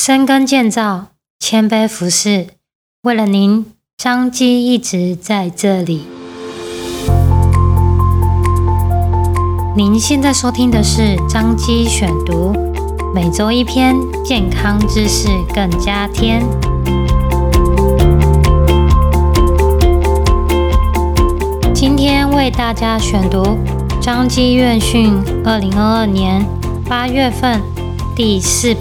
深耕建造，谦卑服侍，为了您，张基一直在这里。您现在收听的是张基选读，每周一篇健康知识更加添。今天为大家选读张基院讯2022年8月份第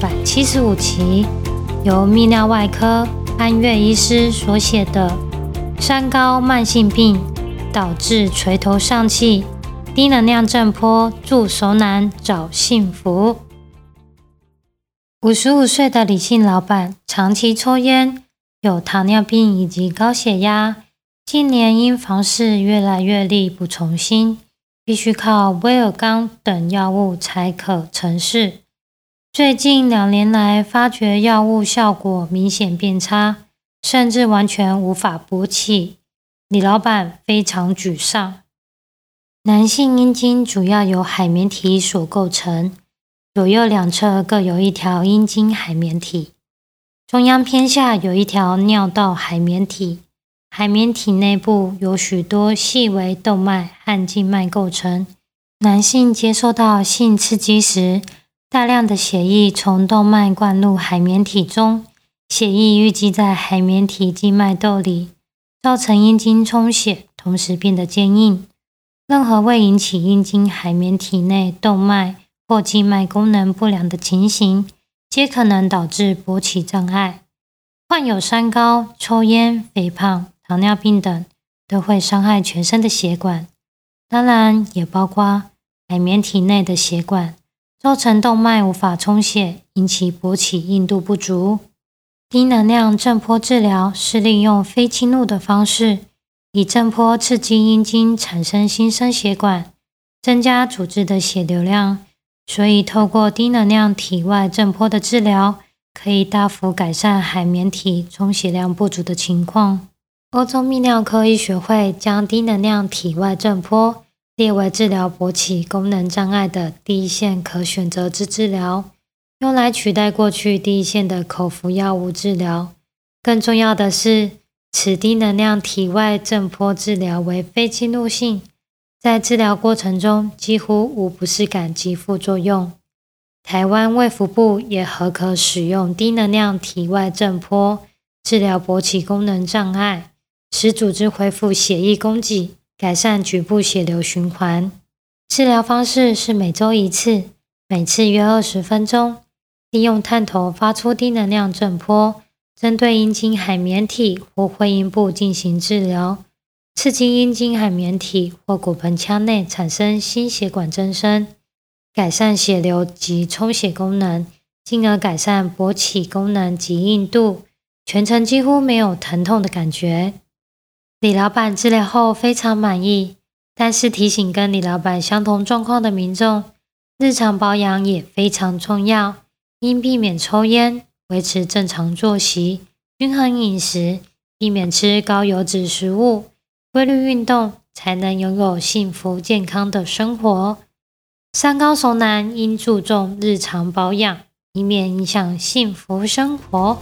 475期，由泌尿外科安岳医师所写的三高慢性病导致垂头丧气，低能量震波助熟男找幸福。55岁的李姓老板长期抽烟，有糖尿病以及高血压，近年因房事越来越力不从心，必须靠威尔刚等药物才可成事。最近2年来发觉药物效果明显变差，甚至完全无法勃起，李老板非常沮丧。男性阴茎主要由海绵体所构成，左右两侧各有一条阴茎海绵体，中央偏下有一条尿道海绵体，海绵体内部有许多细微动脉和静脉构成。男性接受到性刺激时，大量的血液从动脉灌入海绵体中，血液淤积在海绵体静脉窦里，造成阴茎充血，同时变得坚硬。任何未引起阴茎海绵体内动脉或静脉功能不良的情形，皆可能导致勃起障碍。患有三高、抽烟、肥胖、糖尿病等，都会伤害全身的血管，当然也包括海绵体内的血管，造成动脉无法充血，引起勃起硬度不足。低能量震波治疗是利用非侵入的方式，以震波刺激阴茎产生新生血管，增加组织的血流量，所以透过低能量体外震波的治疗，可以大幅改善海绵体充血量不足的情况。欧洲泌尿科医学会将低能量体外震波列为治疗勃起功能障碍的第一线可选择之治疗，用来取代过去第一线的口服药物治疗。更重要的是，此低能量体外震波治疗为非侵入性，在治疗过程中几乎无不适感及副作用。台湾卫福部也核可使用低能量体外震波治疗勃起功能障碍，使组织恢复血液供给，改善局部血流循环。治疗方式是每周一次，每次约20分钟，利用探头发出低能量震波，针对阴茎海绵体或会阴部进行治疗，刺激阴茎海绵体或骨盆腔内产生新血管增生，改善血流及充血功能，进而改善勃起功能及硬度，全程几乎没有疼痛的感觉。李老板治疗后非常满意，但是提醒跟李老板相同状况的民众，日常保养也非常重要，应避免抽烟，维持正常作息，均衡饮食，避免吃高油脂食物，规律运动，才能拥有幸福健康的生活。三高熟男应注重日常保养，以免影响幸福生活。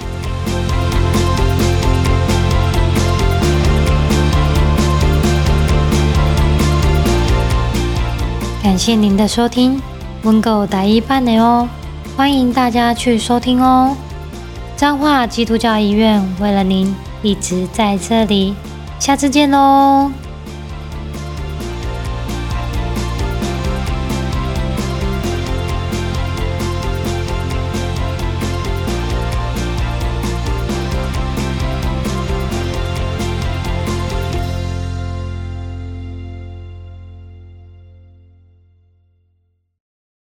感谢您的收听，温狗台语版的哦，欢迎大家去收听哦。彰化基督教医院为了您一直在这里，下次见喽。